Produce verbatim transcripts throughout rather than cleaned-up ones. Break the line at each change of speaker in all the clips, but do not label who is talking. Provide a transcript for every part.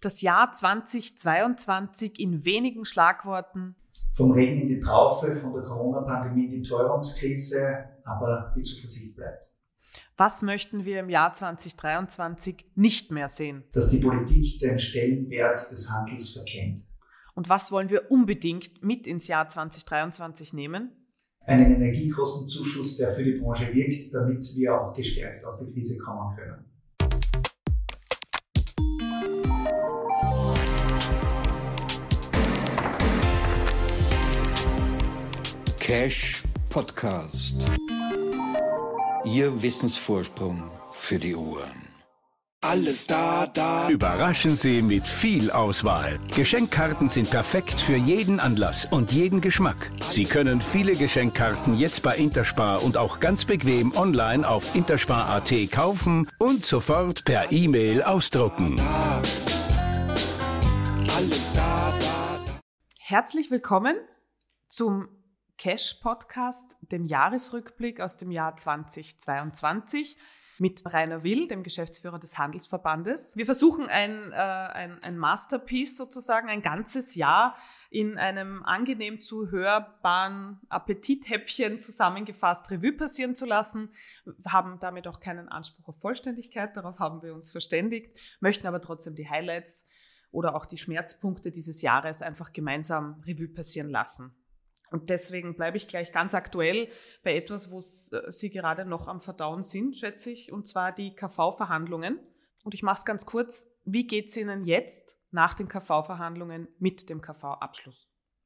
Das Jahr zweitausendzweiundzwanzig in wenigen Schlagworten.
Vom Regen in die Traufe, von der Corona-Pandemie in die Teuerungskrise, aber die Zuversicht bleibt.
Was möchten wir im Jahr zweitausenddreiundzwanzig nicht mehr sehen?
Dass die Politik den Stellenwert des Handels verkennt.
Und was wollen wir unbedingt mit ins Jahr zweitausenddreiundzwanzig nehmen?
Einen Energiekostenzuschuss, der für die Branche wirkt, damit wir auch gestärkt aus der Krise kommen können.
Cash Podcast. Ihr Wissensvorsprung für die Ohren.
Alles da, da.
Überraschen Sie mit viel Auswahl. Geschenkkarten sind perfekt für jeden Anlass und jeden Geschmack. Sie können viele Geschenkkarten jetzt bei Interspar und auch ganz bequem online auf interspar punkt at kaufen und sofort per E-Mail ausdrucken.
Alles da, da.
Herzlich willkommen zum Cash Podcast, dem Jahresrückblick aus dem Jahr zweitausendzweiundzwanzig mit Rainer Will, dem Geschäftsführer des Handelsverbandes. Wir versuchen ein, äh, ein, ein Masterpiece sozusagen, ein ganzes Jahr in einem angenehm zu hörbaren Appetithäppchen zusammengefasst Revue passieren zu lassen. Wir haben damit auch keinen Anspruch auf Vollständigkeit, darauf haben wir uns verständigt, möchten aber trotzdem die Highlights oder auch die Schmerzpunkte dieses Jahres einfach gemeinsam Revue passieren lassen. Und deswegen bleibe ich gleich ganz aktuell bei etwas, wo Sie gerade noch am Verdauen sind, schätze ich, und zwar die K V-Verhandlungen. Und ich mache es ganz kurz. Wie geht es Ihnen jetzt nach den K V-Verhandlungen mit dem K V-Abschluss?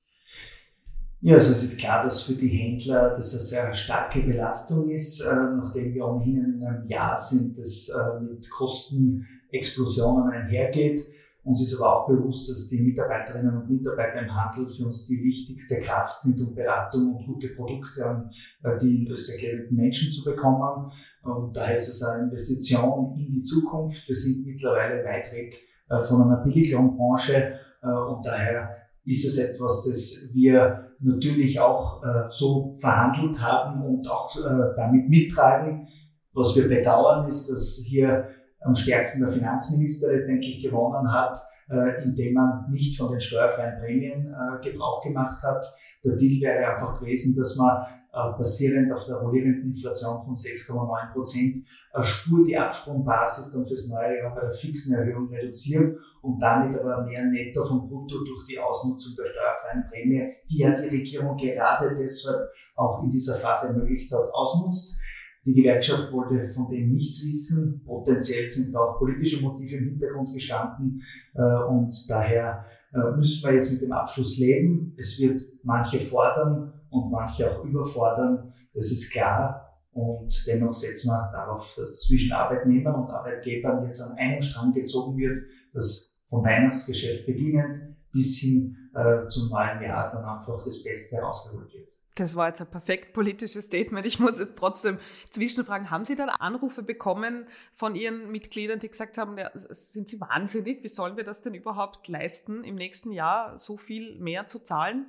Ja, also es ist klar, dass für die Händler das eine sehr starke Belastung ist, äh, nachdem wir ohnehin in einem Jahr sind, das äh, mit Kostenexplosionen einhergeht. Uns ist aber auch bewusst, dass die Mitarbeiterinnen und Mitarbeiter im Handel für uns die wichtigste Kraft sind, um Beratung und gute Produkte an die in Österreich lebenden Menschen zu bekommen. Und daher ist es eine Investition in die Zukunft. Wir sind mittlerweile weit weg von einer Billiglohnbranche und daher ist es etwas, das wir natürlich auch so verhandelt haben und auch damit mittragen. Was wir bedauern, ist, dass hier am stärksten der Finanzminister letztendlich gewonnen hat, äh, indem man nicht von den steuerfreien Prämien äh, Gebrauch gemacht hat. Der Deal wäre einfach gewesen, dass man äh, basierend auf der rollierenden Inflation von sechs Komma neun Prozent eine Spur die Absprungbasis dann fürs neue Jahr bei der fixen Erhöhung reduziert und damit aber mehr Netto vom Brutto durch die Ausnutzung der steuerfreien Prämie, die ja die Regierung gerade deshalb auch in dieser Phase ermöglicht hat, ausnutzt. Die Gewerkschaft wollte von dem nichts wissen. Potenziell sind da auch politische Motive im Hintergrund gestanden. Und daher müssen wir jetzt mit dem Abschluss leben. Es wird manche fordern und manche auch überfordern. Das ist klar. Und dennoch setzen wir darauf, dass zwischen Arbeitnehmern und Arbeitgebern jetzt an einem Strang gezogen wird, dass vom Weihnachtsgeschäft beginnend bis hin äh, zum neuen Jahr dann einfach das Beste herausgeholt wird.
Das war jetzt ein perfekt politisches Statement. Ich muss jetzt trotzdem zwischenfragen, haben Sie dann Anrufe bekommen von Ihren Mitgliedern, die gesagt haben, ja, sind Sie wahnsinnig? Wie sollen wir das denn überhaupt leisten, im nächsten Jahr so viel mehr zu zahlen?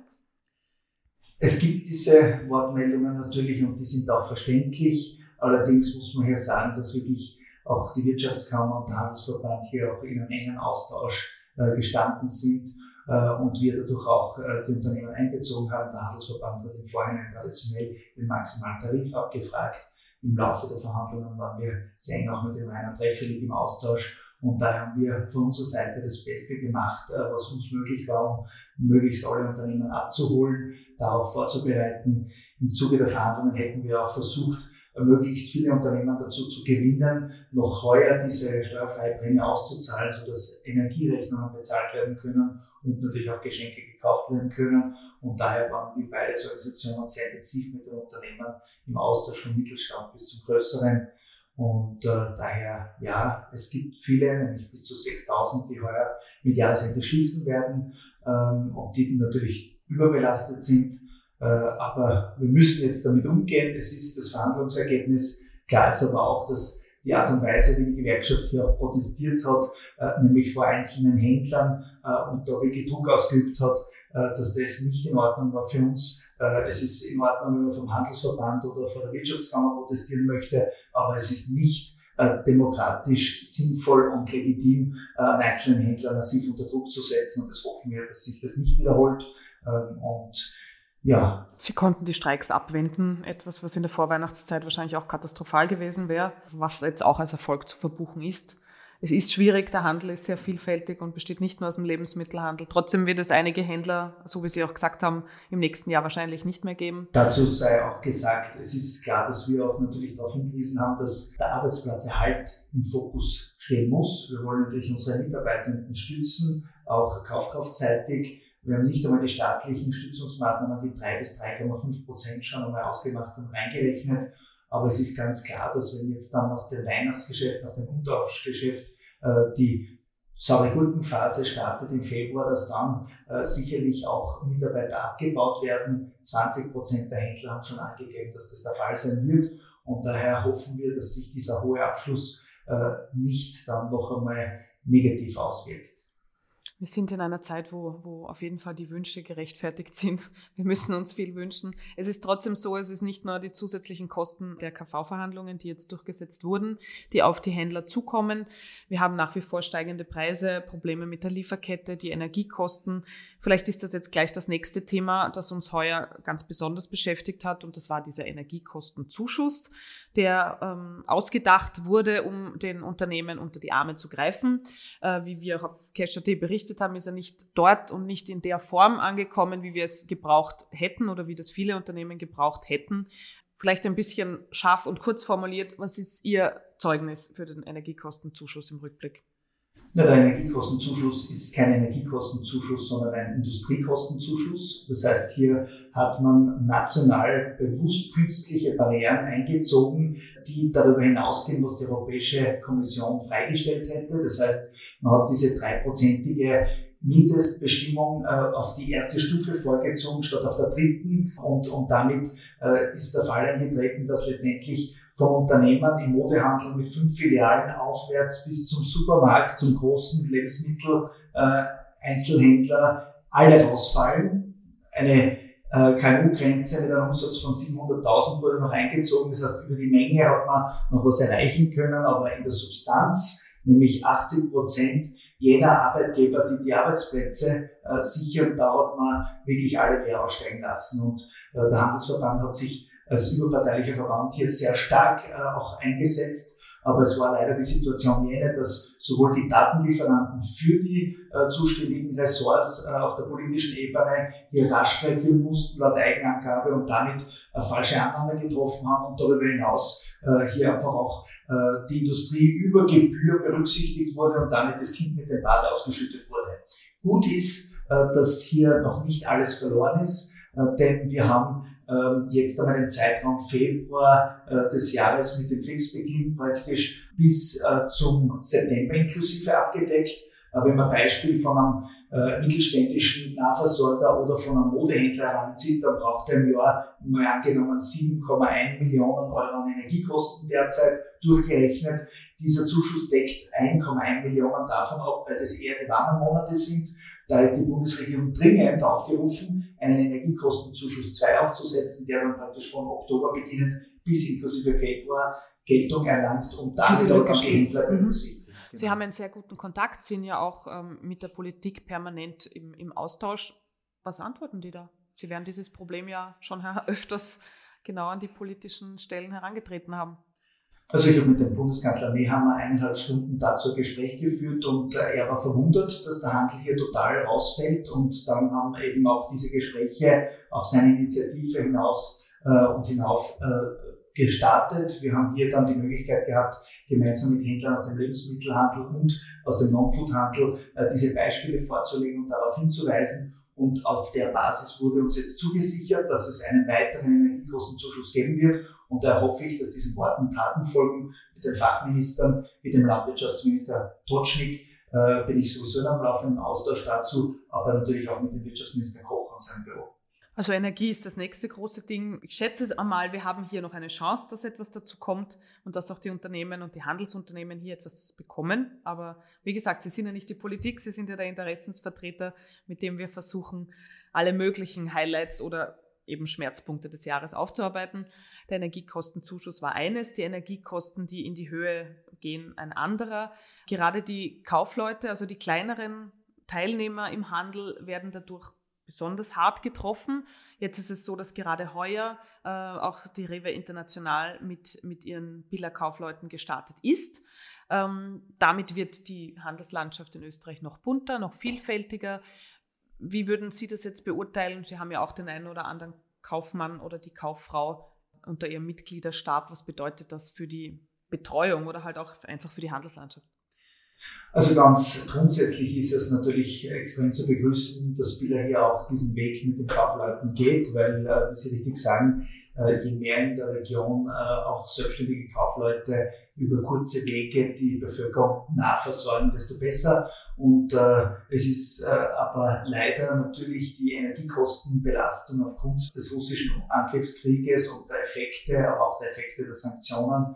Es gibt diese Wortmeldungen natürlich und die sind auch verständlich. Allerdings muss man hier sagen, dass wirklich auch die Wirtschaftskammer und der Handelsverband hier auch in einem engen Austausch äh, gestanden sind. Und wir dadurch auch die Unternehmen einbezogen haben. Der Handelsverband hat im Vorhinein traditionell den maximalen Tarif abgefragt. Im Laufe der Verhandlungen waren wir sehr eng auch mit dem Rainer Treffelig im Austausch. Und da haben wir von unserer Seite das Beste gemacht, was uns möglich war, um möglichst alle Unternehmen abzuholen, darauf vorzubereiten. Im Zuge der Verhandlungen hätten wir auch versucht, möglichst viele Unternehmen dazu zu gewinnen, noch heuer diese steuerfreie Prämie auszuzahlen, sodass Energierechnungen bezahlt werden können und natürlich auch Geschenke gekauft werden können. Und daher waren wir beide Organisationen sehr intensiv mit den Unternehmen im Austausch vom Mittelstand bis zum Größeren. Und äh, daher, ja, es gibt viele, nämlich bis zu sechstausend, die heuer mit Jahresende schließen werden ähm, und die natürlich überbelastet sind. Äh, aber wir müssen jetzt damit umgehen. Es ist das Verhandlungsergebnis. Klar ist aber auch, dass die Art und Weise, wie die Gewerkschaft hier auch protestiert hat, äh, nämlich vor einzelnen Händlern äh, und da wirklich Druck ausgeübt hat, äh, dass das nicht in Ordnung war für uns. Äh, es ist in Ordnung, wenn man vom Handelsverband oder vor der Wirtschaftskammer protestieren möchte, aber es ist nicht äh, demokratisch, sinnvoll und legitim, äh, einen einzelnen Händler massiv unter Druck zu setzen. Und das hoffen wir, dass sich das nicht wiederholt. Ähm, und ja.
Sie konnten die Streiks abwenden, etwas, was in der Vorweihnachtszeit wahrscheinlich auch katastrophal gewesen wäre, was jetzt auch als Erfolg zu verbuchen ist. Es ist schwierig, der Handel ist sehr vielfältig und besteht nicht nur aus dem Lebensmittelhandel. Trotzdem wird es einige Händler, so wie Sie auch gesagt haben, im nächsten Jahr wahrscheinlich nicht mehr geben.
Dazu sei auch gesagt, es ist klar, dass wir auch natürlich darauf hingewiesen haben, dass der Arbeitsplatzerhalt im Fokus stehen muss. Wir wollen natürlich unsere Mitarbeitenden stützen, auch kaufkraftseitig. Wir haben nicht einmal die staatlichen Stützungsmaßnahmen, die drei bis drei Komma fünf Prozent schon einmal ausgemacht und reingerechnet. Aber es ist ganz klar, dass wenn jetzt dann nach dem Weihnachtsgeschäft, nach dem Unteraufgeschäft äh, die saure Gurkenphase startet im Februar, dass dann äh, sicherlich auch Mitarbeiter abgebaut werden. zwanzig Prozent der Händler haben schon angegeben, dass das der Fall sein wird. Und daher hoffen wir, dass sich dieser hohe Abschluss äh, nicht dann noch einmal negativ auswirkt.
Wir sind in einer Zeit, wo, wo auf jeden Fall die Wünsche gerechtfertigt sind. Wir müssen uns viel wünschen. Es ist trotzdem so, es ist nicht nur die zusätzlichen Kosten der K V-Verhandlungen, die jetzt durchgesetzt wurden, die auf die Händler zukommen. Wir haben nach wie vor steigende Preise, Probleme mit der Lieferkette, die Energiekosten. Vielleicht ist das jetzt gleich das nächste Thema, das uns heuer ganz besonders beschäftigt hat. Und das war dieser Energiekostenzuschuss, der ähm, ausgedacht wurde, um den Unternehmen unter die Arme zu greifen. Äh, wie wir auch auf Cash punkt at berichtet haben, ist er nicht dort und nicht in der Form angekommen, wie wir es gebraucht hätten oder wie das viele Unternehmen gebraucht hätten. Vielleicht ein bisschen scharf und kurz formuliert, was ist Ihr Zeugnis für den Energiekostenzuschuss im Rückblick?
Ja, der Energiekostenzuschuss ist kein Energiekostenzuschuss, sondern ein Industriekostenzuschuss. Das heißt, hier hat man national bewusst künstliche Barrieren eingezogen, die darüber hinausgehen, was die Europäische Kommission freigestellt hätte. Das heißt, man hat diese dreiprozentige Mindestbestimmung äh, auf die erste Stufe vorgezogen, statt auf der dritten. Und, und damit äh, ist der Fall eingetreten, dass letztendlich vom Unternehmer im Modehandel mit fünf Filialen aufwärts bis zum Supermarkt, zum großen Lebensmittel, äh, Einzelhändler, alle rausfallen. Eine äh, K M U-Grenze mit einem Umsatz von siebenhunderttausend wurde noch eingezogen. Das heißt, über die Menge hat man noch was erreichen können, aber in der Substanz, nämlich achtzig Prozent jener Arbeitgeber, die die Arbeitsplätze äh, sichern, da hat man wirklich alle leer aussteigen lassen. Und äh, der Handelsverband hat sich als überparteilicher Verband hier sehr stark äh, auch eingesetzt. Aber es war leider die Situation jene, dass sowohl die Datenlieferanten für die äh, zuständigen Ressorts äh, auf der politischen Ebene hier rasch reagieren mussten, laut Eigenangabe, und damit eine falsche Annahme getroffen haben und darüber hinaus äh, hier einfach auch äh, die Industrie über Gebühr berücksichtigt wurde und damit das Kind mit dem Bad ausgeschüttet wurde. Gut ist, äh, dass hier noch nicht alles verloren ist. Denn wir haben ähm, jetzt einmal den Zeitraum Februar äh, des Jahres mit dem Kriegsbeginn praktisch bis äh, zum September inklusive abgedeckt. Äh, wenn man Beispiel von einem äh, mittelständischen Nahversorger oder von einem Modehändler heranzieht, dann braucht er im Jahr mal angenommen sieben Komma eins Millionen Euro an Energiekosten derzeit durchgerechnet. Dieser Zuschuss deckt eins Komma eins Millionen davon ab, weil das eher die warmen Monate sind. Da ist die Bundesregierung dringend aufgerufen, einen Energiekostenzuschuss zwei aufzusetzen, der dann praktisch von Oktober beginnend bis inklusive Februar Geltung erlangt und damit auch die Händler berücksichtigt.
Genau. Sie haben einen sehr guten Kontakt, sind ja auch ähm, mit der Politik permanent im, im Austausch. Was antworten die da? Sie werden dieses Problem ja schon öfters genau an die politischen Stellen herangetreten haben.
Also ich habe mit dem Bundeskanzler Nehammer eineinhalb Stunden dazu ein Gespräch geführt und äh, er war verwundert, dass der Handel hier total rausfällt, und dann haben eben auch diese Gespräche auf seine Initiative hinaus äh, und hinauf äh, gestartet. Wir haben hier dann die Möglichkeit gehabt, gemeinsam mit Händlern aus dem Lebensmittelhandel und aus dem Non-Food-Handel äh, diese Beispiele vorzulegen und darauf hinzuweisen. Und auf der Basis wurde uns jetzt zugesichert, dass es einen weiteren Energiekostenzuschuss geben wird. Und da hoffe ich, dass diesen Worten Taten folgen. Mit den Fachministern, mit dem Landwirtschaftsminister Totschnig äh, bin ich sowieso in einem laufenden Austausch dazu, aber natürlich auch mit dem Wirtschaftsminister Koch und seinem Büro.
Also Energie ist das nächste große Ding. Ich schätze es einmal, wir haben hier noch eine Chance, dass etwas dazu kommt und dass auch die Unternehmen und die Handelsunternehmen hier etwas bekommen. Aber wie gesagt, sie sind ja nicht die Politik, sie sind ja der Interessensvertreter, mit dem wir versuchen, alle möglichen Highlights oder eben Schmerzpunkte des Jahres aufzuarbeiten. Der Energiekostenzuschuss war eines, die Energiekosten, die in die Höhe gehen, ein anderer. Gerade die Kaufleute, also die kleineren Teilnehmer im Handel, werden dadurch besonders hart getroffen. Jetzt ist es so, dass gerade heuer äh, auch die Rewe International mit, mit ihren Billa-Kaufleuten gestartet ist. Ähm, damit wird die Handelslandschaft in Österreich noch bunter, noch vielfältiger. Wie würden Sie das jetzt beurteilen? Sie haben ja auch den einen oder anderen Kaufmann oder die Kauffrau unter Ihrem Mitgliederstab. Was bedeutet das für die Betreuung oder halt auch einfach für die Handelslandschaft?
Also ganz grundsätzlich ist es natürlich extrem zu begrüßen, dass Billa hier auch diesen Weg mit den Kaufleuten geht, weil, wie Sie richtig sagen, je mehr in der Region auch selbstständige Kaufleute über kurze Wege die Bevölkerung nahversorgen, desto besser. Und es ist aber leider natürlich die Energiekostenbelastung aufgrund des russischen Angriffskrieges und der Effekte, aber auch der Effekte der Sanktionen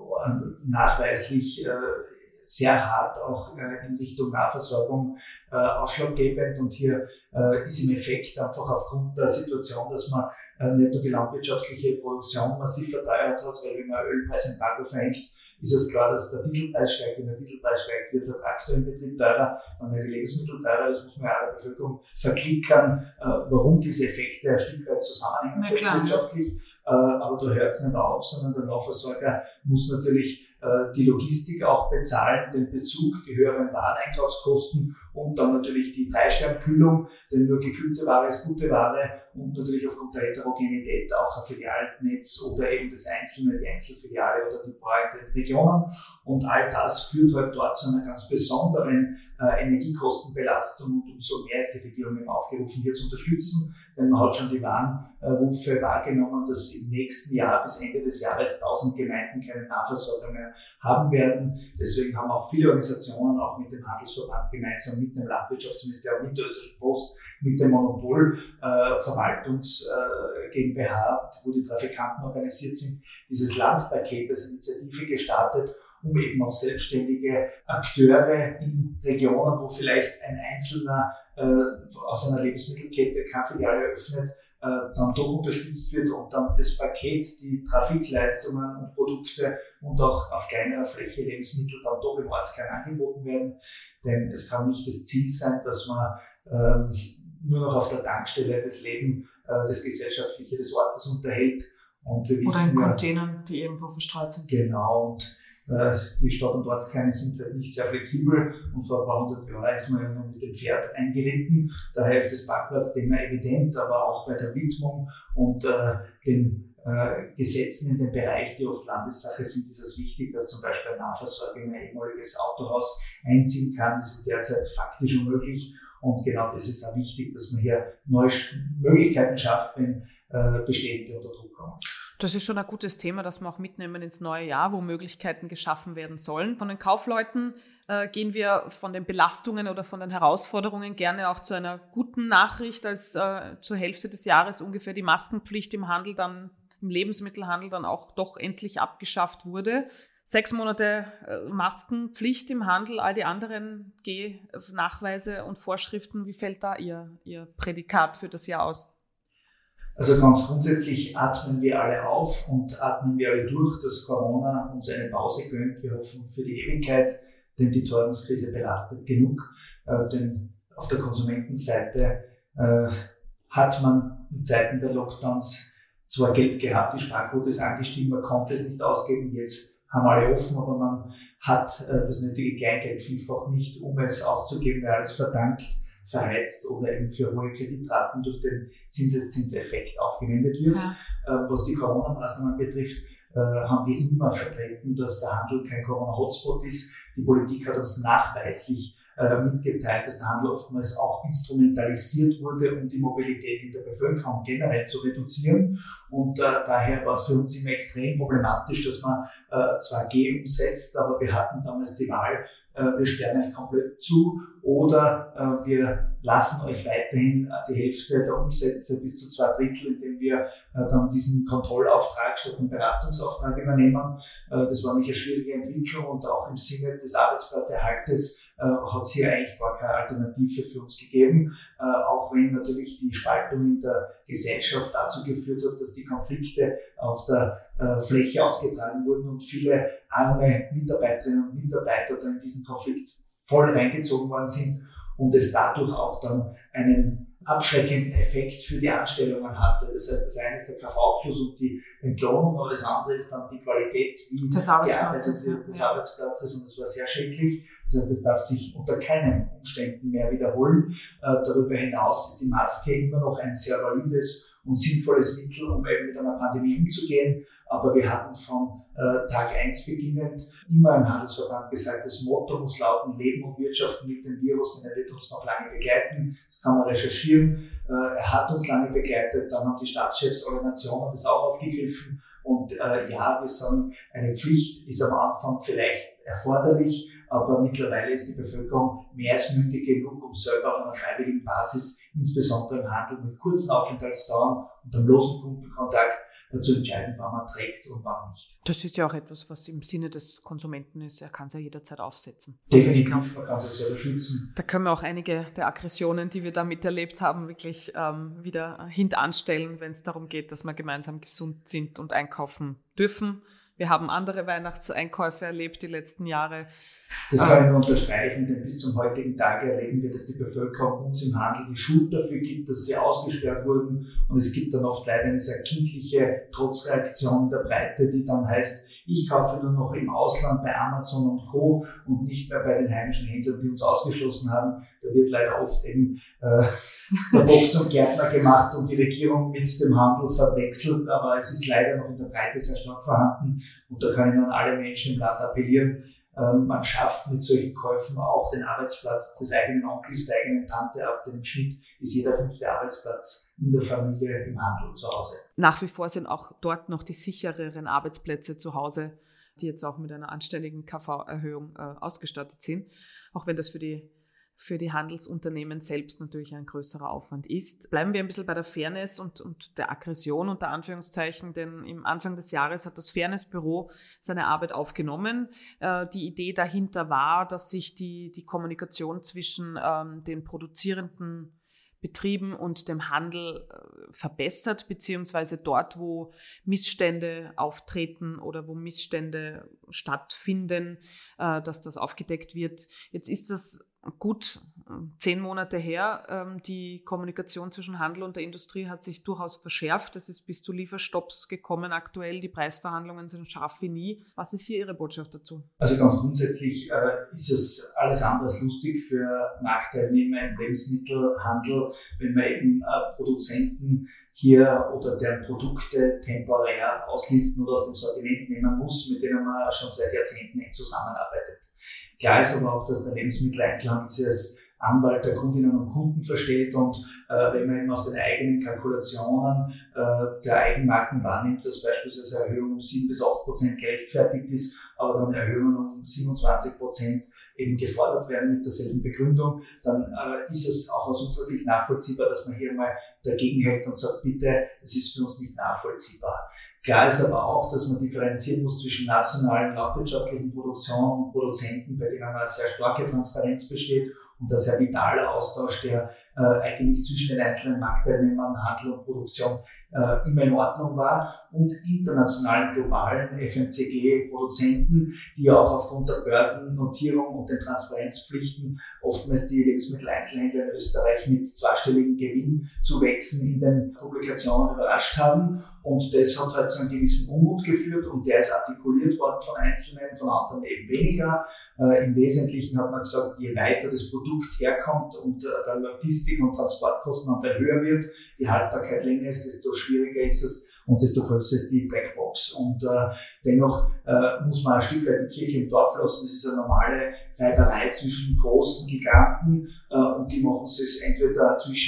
nachweislich sehr hart auch äh, in Richtung Nahversorgung äh, ausschlaggebend. Und hier äh, ist im Effekt einfach aufgrund der Situation, dass man äh, nicht nur die landwirtschaftliche Produktion massiv verteuert hat, weil wenn man Ölpreisembargo verhängt, ist es klar, dass der Dieselpreis steigt. Wenn der Dieselpreis steigt, wird der Traktor im Betrieb teurer, dann werden die Lebensmittel teurer. Das muss man ja auch der Bevölkerung verklickern, äh, warum diese Effekte ein Stück weit zusammenhängen volkswirtschaftlich. Äh, aber da hört es nicht auf, sondern der Nahversorger muss natürlich äh, die Logistik auch bezahlen, den Bezug, die höheren Wareneinkaufskosten und dann natürlich die Drei-Stern-Kühlung, denn nur gekühlte Ware ist gute Ware und natürlich aufgrund der Heterogenität auch ein Filialnetz oder eben das Einzelne, die Einzelfiliale oder die paar in den Regionen. Und all das führt halt dort zu einer ganz besonderen äh, Energiekostenbelastung und umso mehr ist die Regierung eben aufgerufen, hier zu unterstützen, denn man hat schon die Warnrufe wahrgenommen, dass im nächsten Jahr bis Ende des Jahres tausend Gemeinden keine Nahversorgung mehr haben werden. Deswegen haben auch viele Organisationen, auch mit dem Handelsverband gemeinsam, mit dem Landwirtschaftsministerium, mit der Österreichischen Post, mit dem Monopol äh, Verwaltungs äh, GmbH, wo die Trafikanten organisiert sind, dieses Landpaket als Initiative gestartet, um eben auch selbstständige Akteure in Regionen, wo vielleicht ein Einzelner äh, aus einer Lebensmittelkette keine Filiale eröffnet, äh, dann doch unterstützt wird und dann das Paket, die Trafikleistungen und Produkte und auch auf kleinerer Fläche Lebensmittel dann doch im Ortskern angeboten werden. Denn es kann nicht das Ziel sein, dass man ähm, nur noch auf der Tankstelle das Leben, äh, das Gesellschaftliche des Ortes unterhält. Und wir wissen,
oder in Containern, die irgendwo verstreut sind.
Genau. Und äh, die Stadt- und Ortskerne sind halt nicht sehr flexibel. Und vor ein paar hundert Jahren ist man ja noch mit dem Pferd eingeritten. Daher ist das Parkplatzthema evident, aber auch bei der Widmung und äh, den Äh, Gesetzen in dem Bereich, die oft Landessache sind, ist es wichtig, dass zum Beispiel ein Nahversorger in ein ehemaliges Autohaus einziehen kann. Das ist derzeit faktisch unmöglich und genau das ist auch wichtig, dass man hier neue Möglichkeiten schafft, wenn äh, bestehende unter Druck kommen.
Das ist schon ein gutes Thema, das wir auch mitnehmen ins neue Jahr, wo Möglichkeiten geschaffen werden sollen. Von den Kaufleuten äh, gehen wir von den Belastungen oder von den Herausforderungen gerne auch zu einer guten Nachricht, als äh, zur Hälfte des Jahres ungefähr die Maskenpflicht im Handel dann im Lebensmittelhandel dann auch doch endlich abgeschafft wurde. Sechs Monate äh, Maskenpflicht im Handel, all die anderen G-Nachweise und Vorschriften. Wie fällt da Ihr, Ihr Prädikat für das Jahr aus?
Also ganz grundsätzlich atmen wir alle auf und atmen wir alle durch, dass Corona uns eine Pause gönnt. Wir hoffen für die Ewigkeit, denn die Teuerungskrise belastet genug. Äh, denn auf der Konsumentenseite äh, hat man in Zeiten der Lockdowns zwar Geld gehabt, die Sparquote ist angestiegen, man konnte es nicht ausgeben, jetzt haben alle offen, aber man hat äh, das nötige Kleingeld vielfach nicht, um es auszugeben, weil alles verdankt, verheizt oder eben für hohe Kreditraten durch den Zinseszinseffekt aufgewendet wird. Ja. Äh, was die Corona-Maßnahmen betrifft, äh, haben wir immer vertreten, dass der Handel kein Corona-Hotspot ist. Die Politik hat uns nachweislich mitgeteilt, dass der Handel oftmals auch instrumentalisiert wurde, um die Mobilität in der Bevölkerung generell zu reduzieren. Und äh, daher war es für uns immer extrem problematisch, dass man äh, zwei G umsetzt, aber wir hatten damals die Wahl, äh, wir sperren euch komplett zu oder äh, wir lassen euch weiterhin die Hälfte der Umsätze bis zu zwei Drittel, indem wir äh, dann diesen Kontrollauftrag statt den Beratungsauftrag übernehmen. Äh, das war nicht eine schwierige Entwicklung und auch im Sinne des Arbeitsplatzerhaltes äh, hat es hier eigentlich gar keine Alternative für uns gegeben, äh, auch wenn natürlich die Spaltung in der Gesellschaft dazu geführt hat, dass die Konflikte auf der äh, Fläche ausgetragen wurden und viele arme Mitarbeiterinnen und Mitarbeiter da in diesen Konflikt voll reingezogen worden sind und es dadurch auch dann einen abschreckenden Effekt für die Anstellungen hatte. Das heißt, das eine ist der K V-Abschluss und die Entlohnung, aber das andere ist dann die Qualität, wie
des
Arbeitsplatzes,
Arbeitsplatzes,
des
ja.
Arbeitsplatzes und das war sehr schädlich. Das heißt, das darf sich unter keinen Umständen mehr wiederholen. Äh, darüber hinaus ist die Maske immer noch ein sehr valides und sinnvolles Mittel, um eben mit einer Pandemie umzugehen. Aber wir hatten von äh, Tag eins beginnend immer im Handelsverband gesagt, das Motto muss lauten, Leben und Wirtschaften mit dem Virus, denn er wird uns noch lange begleiten. Das kann man recherchieren. Äh, er hat uns lange begleitet. Dann haben die Staatschefs aller Nationen das auch aufgegriffen. Und äh, ja, wir sagen, eine Pflicht ist am Anfang vielleicht erforderlich, aber mittlerweile ist die Bevölkerung mehr als mündig genug, um selber auf einer freiwilligen Basis, insbesondere im Handel mit kurzen Aufenthaltsdauern und einem losen Kundenkontakt, zu entscheiden, wann man trägt und wann nicht.
Das ist ja auch etwas, was im Sinne des Konsumenten ist. Er kann es ja jederzeit aufsetzen.
Definitiv, man kann sich selber schützen.
Da können wir auch einige der Aggressionen, die wir da miterlebt haben, wirklich ähm, wieder hintanstellen, wenn es darum geht, dass wir gemeinsam gesund sind und einkaufen dürfen. Wir haben andere Weihnachtseinkäufe erlebt die letzten Jahre.
Das kann ich nur unterstreichen, denn bis zum heutigen Tage erleben wir, dass die Bevölkerung uns im Handel die Schuld dafür gibt, dass sie ausgesperrt wurden. Und es gibt dann oft leider eine sehr kindliche Trotzreaktion der Breite, die dann heißt, ich kaufe nur noch im Ausland bei Amazon und Co. und nicht mehr bei den heimischen Händlern, die uns ausgeschlossen haben. Da wird leider oft eben äh, der Bock zum Gärtner gemacht und die Regierung mit dem Handel verwechselt. Aber es ist leider noch in der Breite sehr stark vorhanden. Und da kann ich nur an alle Menschen im Land appellieren, man schafft mit solchen Käufen auch den Arbeitsplatz des eigenen Onkels, der eigenen Tante ab. Denn im Schnitt ist jeder fünfte Arbeitsplatz in der Familie im Handel zu Hause.
Nach wie vor sind auch dort noch die sichereren Arbeitsplätze zu Hause, die jetzt auch mit einer anständigen K V-Erhöhung äh, ausgestattet sind. Auch wenn das für die für die Handelsunternehmen selbst natürlich ein größerer Aufwand ist. Bleiben wir ein bisschen bei der Fairness und, und der Aggression unter Anführungszeichen, denn im Anfang des Jahres hat das Fairness-Büro seine Arbeit aufgenommen. Äh, die Idee dahinter war, dass sich die, die Kommunikation zwischen ähm, den produzierenden Betrieben und dem Handel äh, verbessert, beziehungsweise dort, wo Missstände auftreten oder wo Missstände stattfinden, äh, dass das aufgedeckt wird. Jetzt ist das gut zehn Monate her. Die Kommunikation zwischen Handel und der Industrie hat sich durchaus verschärft. Es ist bis zu Lieferstopps gekommen aktuell. Die Preisverhandlungen sind scharf wie nie. Was ist hier Ihre Botschaft dazu?
Also ganz grundsätzlich äh, ist es alles andere als lustig für Marktteilnehmer im Lebensmittelhandel, wenn man eben äh, Produzenten hier oder deren Produkte temporär auslisten oder aus dem Sortiment nehmen muss, mit denen man schon seit Jahrzehnten eng zusammenarbeitet. Klar ist aber auch, dass der Lebensmitteleinzelhandel sich als Anwalt der Kundinnen und Kunden versteht und äh, wenn man eben aus den eigenen Kalkulationen äh, der Eigenmarken wahrnimmt, dass beispielsweise eine Erhöhung um sieben bis acht Prozent gerechtfertigt ist, aber dann Erhöhungen um siebenundzwanzig Prozent eben gefordert werden mit derselben Begründung, dann äh, ist es auch aus unserer Sicht nachvollziehbar, dass man hier mal dagegen hält und sagt, bitte, das ist für uns nicht nachvollziehbar. Klar ist aber auch, dass man differenzieren muss zwischen nationalen landwirtschaftlichen Produktionen und Produzenten, bei denen eine sehr starke Transparenz besteht und ein sehr vitaler Austausch, der äh, eigentlich zwischen den einzelnen Marktteilnehmern, Handel und Produktion äh, immer in Ordnung war, und internationalen, globalen F M C G-Produzenten, die ja auch aufgrund der Börsennotierung und den Transparenzpflichten oftmals die Lebensmitteleinzelhändler in Österreich mit zweistelligen Gewinnzuwächsen in den Publikationen überrascht haben. Und das hat halt zu einem gewissen Unmut geführt und der ist artikuliert worden von Einzelnen, von anderen eben weniger. Äh, Im Wesentlichen hat man gesagt, je weiter das Produkt herkommt und äh, der Logistik- und Transportkostenanteil höher wird, die Haltbarkeit länger ist, desto schwieriger ist es und desto größer ist die Blackbox. Und äh, dennoch äh, muss man ein Stück weit die Kirche im Dorf lassen. Das ist eine normale Reiberei zwischen großen Giganten äh, und die machen es entweder zwischen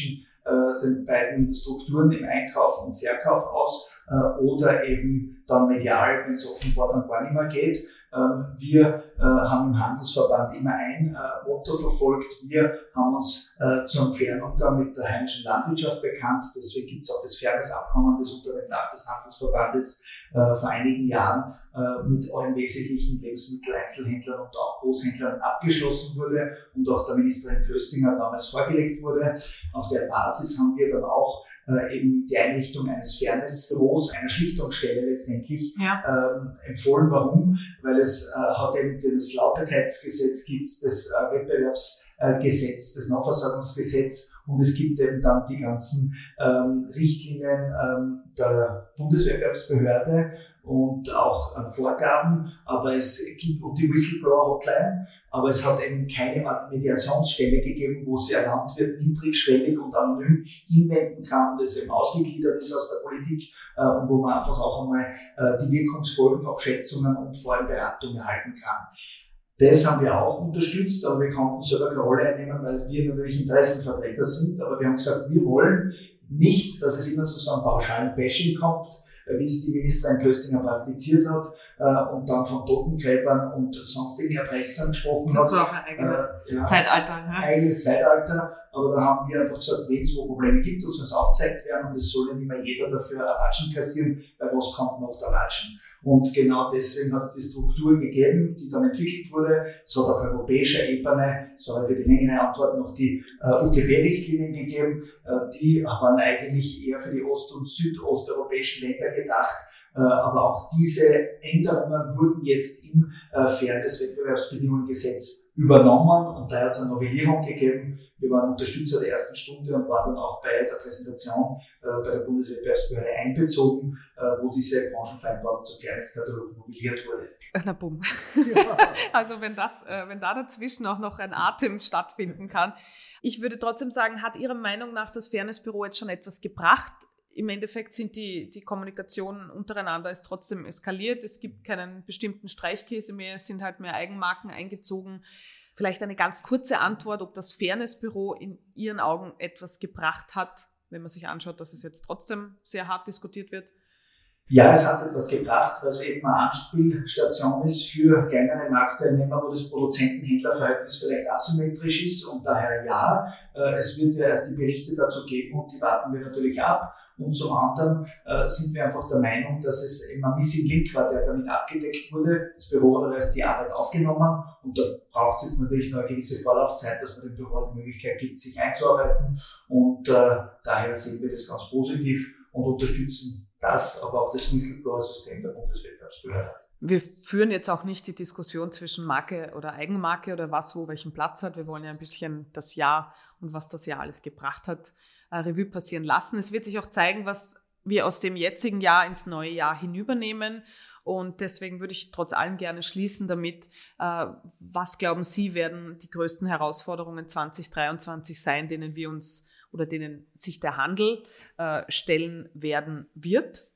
äh, den beiden Strukturen im Einkauf und Verkauf aus äh, oder eben dann medial, wenn es offenbar dann gar nicht mehr geht. Ähm, wir äh, haben im Handelsverband immer ein äh, Motto verfolgt. Wir haben uns äh, zum fairen Umgang mit der heimischen Landwirtschaft bekannt. Deswegen gibt es auch das Fairness-Abkommen, das unter dem Dach des Handelsverbandes äh, vor einigen Jahren äh, mit allen wesentlichen Lebensmitteleinzelhändlern und auch Großhändlern abgeschlossen wurde und auch der Ministerin Köstinger damals vorgelegt wurde. Auf der Basis haben wir dann auch äh, eben die Einrichtung eines Fairness-Büros, einer Schlichtungsstelle letztendlich
ja.
ähm, empfohlen. Warum? Weil es äh, hat eben das Lauterkeitsgesetz, gibt es das äh, Wettbewerbsgesetz, das Nahversorgungsgesetz und es gibt eben dann die ganzen ähm, Richtlinien ähm, der Bundeswettbewerbsbehörde und auch äh, Vorgaben, aber es gibt und die Whistleblower-Hotline, aber es hat eben keine Art Mediationsstelle gegeben, wo sich ein Landwirt niedrigschwellig und anonym hinwenden kann, das eben ausgegliedert ist aus der Politik äh, und wo man einfach auch einmal äh, die Wirkungsfolgenabschätzungen und vor allem Beratung erhalten kann. Das haben wir auch unterstützt, aber wir konnten selber keine Rolle einnehmen, weil wir natürlich Interessenvertreter sind. Aber wir haben gesagt, wir wollen nicht, dass es immer zu so einem pauschalen Bashing kommt, wie es die Ministerin Köstinger praktiziert hat äh, und dann von Totengräbern und sonstigen Erpressern gesprochen
das
hat.
Das war auch ein eigenes
äh, ja,
Zeitalter. Ne?
Eigenes Zeitalter, aber da haben wir einfach gesagt, wenn es wo Probleme gibt, soll es aufgezeigt werden und es soll ja nicht mehr jeder dafür Ratschen kassieren, weil was kommt noch der Ratschen. Und genau deswegen hat es die Struktur gegeben, die dann entwickelt wurde. Es hat auf europäischer Ebene, so habe ich für die längere Antwort noch die äh, U T B-Richtlinien gegeben, äh, die waren eigentlich eher für die ost- und südosteuropäischen Länder gedacht, äh, aber auch diese Änderungen wurden jetzt im äh, Fairness-Wettbewerbsbedingungen-Gesetz übernommen und daher hat es eine Novellierung gegeben. Wir waren Unterstützer der ersten Stunde und waren dann auch bei der Präsentation äh, bei der Bundeswettbewerbsbehörde einbezogen, äh, wo diese Branchenvereinbarung zum Fairness-Katalog novelliert wurde.
Na bumm. Ja. Also wenn das, äh, wenn da dazwischen auch noch ein Atem stattfinden kann. Ich würde trotzdem sagen, hat Ihrer Meinung nach das Fairnessbüro jetzt schon etwas gebracht? Im Endeffekt sind die, die Kommunikation untereinander ist trotzdem eskaliert. Es gibt keinen bestimmten Streichkäse mehr, es sind halt mehr Eigenmarken eingezogen. Vielleicht eine ganz kurze Antwort, ob das Fairnessbüro in Ihren Augen etwas gebracht hat, wenn man sich anschaut, dass es jetzt trotzdem sehr hart diskutiert wird.
Ja, es hat etwas gebracht, weil es eben eine Anspielstation ist für kleinere Marktteilnehmer, wo das Produzenten-Händler-Verhältnis vielleicht asymmetrisch ist und daher ja, äh, es wird ja erst die Berichte dazu geben und die warten wir natürlich ab. Und zum anderen äh, sind wir einfach der Meinung, dass es eben ein Missing Link war, der damit abgedeckt wurde. Das Büro hat aber erst die Arbeit aufgenommen und da braucht es jetzt natürlich noch eine gewisse Vorlaufzeit, dass man dem Büro die Möglichkeit gibt, sich einzuarbeiten und äh, daher sehen wir das ganz positiv und unterstützen das, aber auch das Whistleblower-System der Bundeswettbewerbsbehörde.
Wir führen jetzt auch nicht die Diskussion zwischen Marke oder Eigenmarke oder was wo welchen Platz hat. Wir wollen ja ein bisschen das Jahr und was das Jahr alles gebracht hat, Revue passieren lassen. Es wird sich auch zeigen, was wir aus dem jetzigen Jahr ins neue Jahr hinübernehmen. Und deswegen würde ich trotz allem gerne schließen damit, äh, was glauben Sie, werden die größten Herausforderungen zwanzig dreiundzwanzig sein, denen wir uns oder denen sich der Handel äh, stellen werden wird?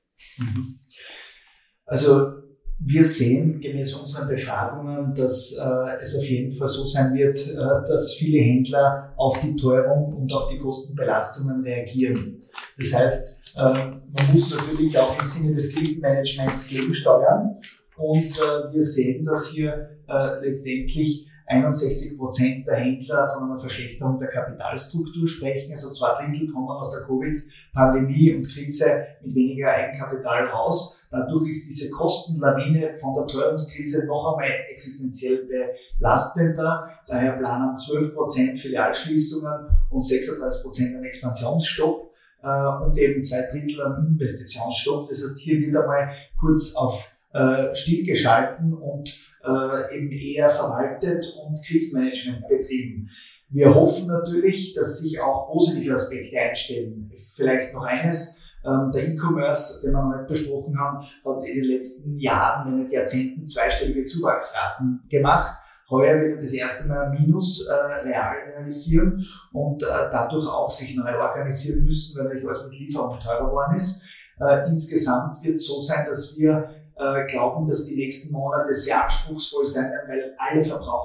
Also wir sehen gemäß unseren Befragungen, dass äh, es auf jeden Fall so sein wird, äh, dass viele Händler auf die Teuerung und auf die Kostenbelastungen reagieren. Das heißt, äh, man muss natürlich auch im Sinne des Krisenmanagements gegensteuern und äh, wir sehen, dass hier äh, letztendlich einundsechzig Prozent der Händler von einer Verschlechterung der Kapitalstruktur sprechen. Also zwei Drittel kommen aus der Covid-Pandemie und Krise mit weniger Eigenkapital raus. Dadurch ist diese Kostenlawine von der Teuerungskrise noch einmal existenziell belastender. Daher planen zwölf Prozent Filialschließungen und sechsunddreißig Prozent einen Expansionsstopp äh, und eben zwei Drittel einen Investitionsstopp. Das heißt, hier wird einmal kurz auf äh, stillgeschalten und äh, eben eher verwaltet und Krisenmanagement betrieben. Wir hoffen natürlich, dass sich auch positive Aspekte einstellen. Vielleicht noch eines, ähm, der E-Commerce, den wir noch nicht besprochen haben, hat in den letzten Jahren, wenn nicht Jahrzehnten, zweistellige Zuwachsraten gemacht. Heuer wird er das erste Mal ein Minus äh, real realisieren und äh, dadurch auch sich neu organisieren müssen, weil natürlich alles mit Lieferung teurer geworden ist. Äh, insgesamt wird es so sein, dass wir äh, glauben, dass die nächsten Monate sehr anspruchsvoll sein werden, weil alle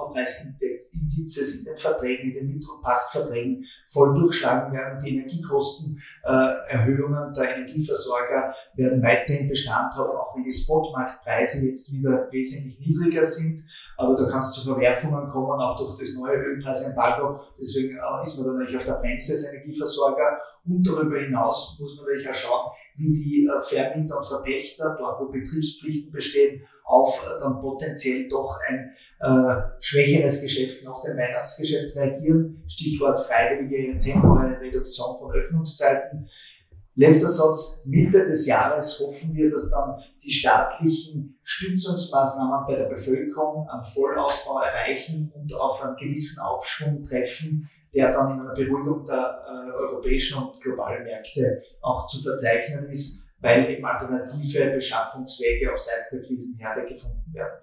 Verbraucherpreisindizes in den Verträgen, in den Miet- und Pachtverträgen voll durchschlagen werden. Die Energiekostenerhöhungen äh, der Energieversorger werden weiterhin Bestand haben, auch wenn die Spotmarktpreise jetzt wieder wesentlich niedriger sind. Aber da kann es zu Verwerfungen kommen, auch durch das neue Ölpreisembargo. Deswegen äh, ist man dann natürlich auf der Bremse als Energieversorger. Und darüber hinaus muss man natürlich auch schauen, wie die äh, Vermieter und Verpächter, dort wo Betriebspflichten bestehen, auf äh, dann potenziell doch ein äh, schwächeres Geschäft nach dem Weihnachtsgeschäft reagieren. Stichwort freiwillige temporäre Reduktion von Öffnungszeiten. Letzter Satz, Mitte des Jahres hoffen wir, dass dann die staatlichen Stützungsmaßnahmen bei der Bevölkerung einen Vollausbau erreichen und auf einen gewissen Aufschwung treffen, der dann in einer Beruhigung der äh, europäischen und globalen Märkte auch zu verzeichnen ist, weil eben alternative Beschaffungswege abseits der Krisenherde gefunden werden.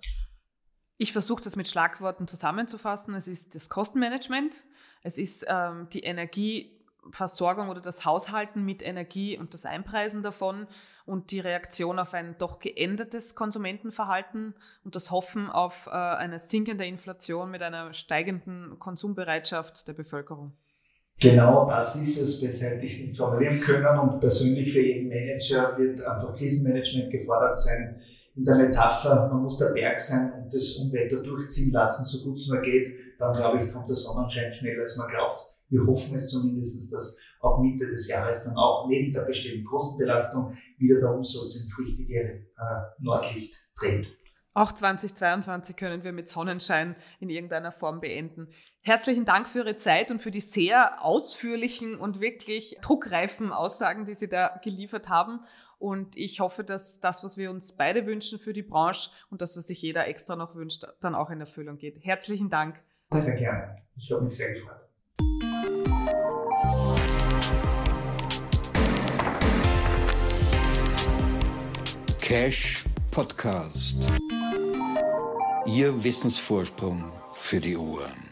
Ich versuche das mit Schlagworten zusammenzufassen. Es ist das Kostenmanagement, es ist ähm, die Energieversorgung oder das Haushalten mit Energie und das Einpreisen davon und die Reaktion auf ein doch geändertes Konsumentenverhalten und das Hoffen auf äh, eine sinkende Inflation mit einer steigenden Konsumbereitschaft der Bevölkerung.
Genau das ist es, weshalb ich es nicht formulieren können, und persönlich für jeden Manager wird einfach Krisenmanagement gefordert sein. In der Metapher, man muss der Berg sein und das Unwetter durchziehen lassen, so gut es nur geht, dann glaube ich, kommt der Sonnenschein schneller als man glaubt. Wir hoffen es zumindest, dass ab Mitte des Jahres dann auch neben der bestehenden Kostenbelastung wieder der Umsatz ins richtige äh, Nordlicht dreht.
Auch zweitausendzweiundzwanzig können wir mit Sonnenschein in irgendeiner Form beenden. Herzlichen Dank für Ihre Zeit und für die sehr ausführlichen und wirklich druckreifen Aussagen, die Sie da geliefert haben. Und ich hoffe, dass das, was wir uns beide wünschen für die Branche und das, was sich jeder extra noch wünscht, dann auch in Erfüllung geht. Herzlichen Dank.
Sehr gerne. Ich habe mich sehr gefreut.
Cash Podcast. Ihr Wissensvorsprung für die Ohren.